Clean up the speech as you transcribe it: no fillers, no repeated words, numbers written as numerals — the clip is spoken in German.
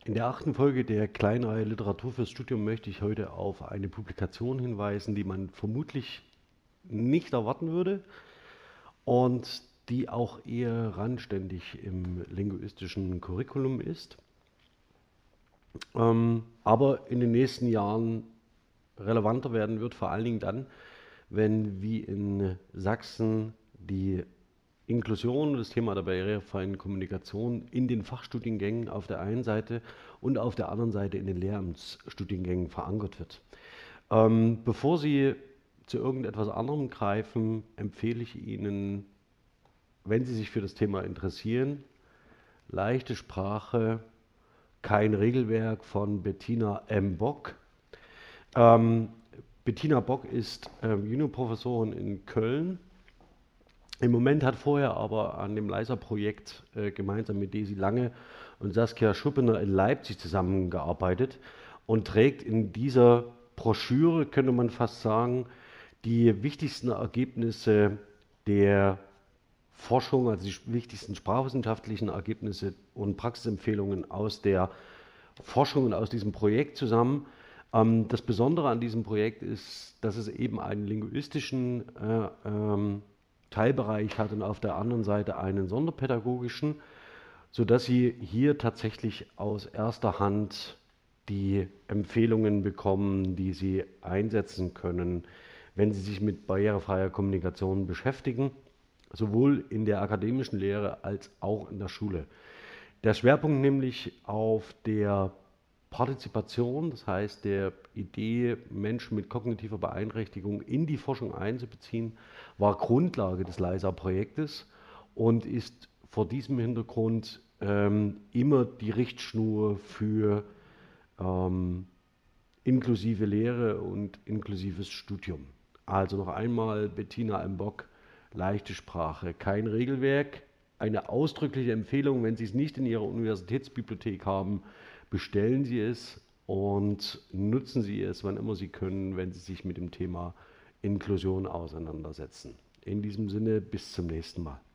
In der achten Folge der Kleinreihe Literatur fürs Studium möchte ich heute auf eine Publikation hinweisen, die man vermutlich nicht erwarten würde und die auch eher randständig im linguistischen Curriculum ist, aber in den nächsten Jahren relevanter werden wird, vor allen Dingen dann, wenn wie in Sachsen die Inklusion und das Thema der barrierefreien Kommunikation in den Fachstudiengängen auf der einen Seite und auf der anderen Seite in den Lehramtsstudiengängen verankert wird. Bevor Sie zu irgendetwas anderem greifen, empfehle ich Ihnen, wenn Sie sich für das Thema interessieren, leichte Sprache, kein Regelwerk von Bettina M. Bock. Ähm, Bettina Bock ist Juniorprofessorin in Köln. Im Moment hat vorher aber an dem LISA-Projekt gemeinsam mit Desi Lange und Saskia Schuppener in Leipzig zusammengearbeitet und trägt in dieser Broschüre, könnte man fast sagen, die wichtigsten Ergebnisse der Forschung, also die wichtigsten sprachwissenschaftlichen Ergebnisse und Praxisempfehlungen aus der Forschung und aus diesem Projekt zusammen. Das Besondere an diesem Projekt ist, dass es eben einen linguistischen Teilbereich hat und auf der anderen Seite einen sonderpädagogischen, sodass Sie hier tatsächlich aus erster Hand die Empfehlungen bekommen, die Sie einsetzen können, wenn Sie sich mit barrierefreier Kommunikation beschäftigen, sowohl in der akademischen Lehre als auch in der Schule. Der Schwerpunkt nämlich auf der Partizipation, das heißt der Idee, Menschen mit kognitiver Beeinträchtigung in die Forschung einzubeziehen, war Grundlage des LISA-Projektes und ist vor diesem Hintergrund immer die Richtschnur für ähm, inklusive Lehre und inklusives Studium. Also noch einmal Bettina M. Bock, leichte Sprache, kein Regelwerk, eine ausdrückliche Empfehlung, wenn Sie es nicht in Ihrer Universitätsbibliothek haben, bestellen Sie es und nutzen Sie es, wann immer Sie können, wenn Sie sich mit dem Thema Inklusion auseinandersetzen. In diesem Sinne, bis zum nächsten Mal.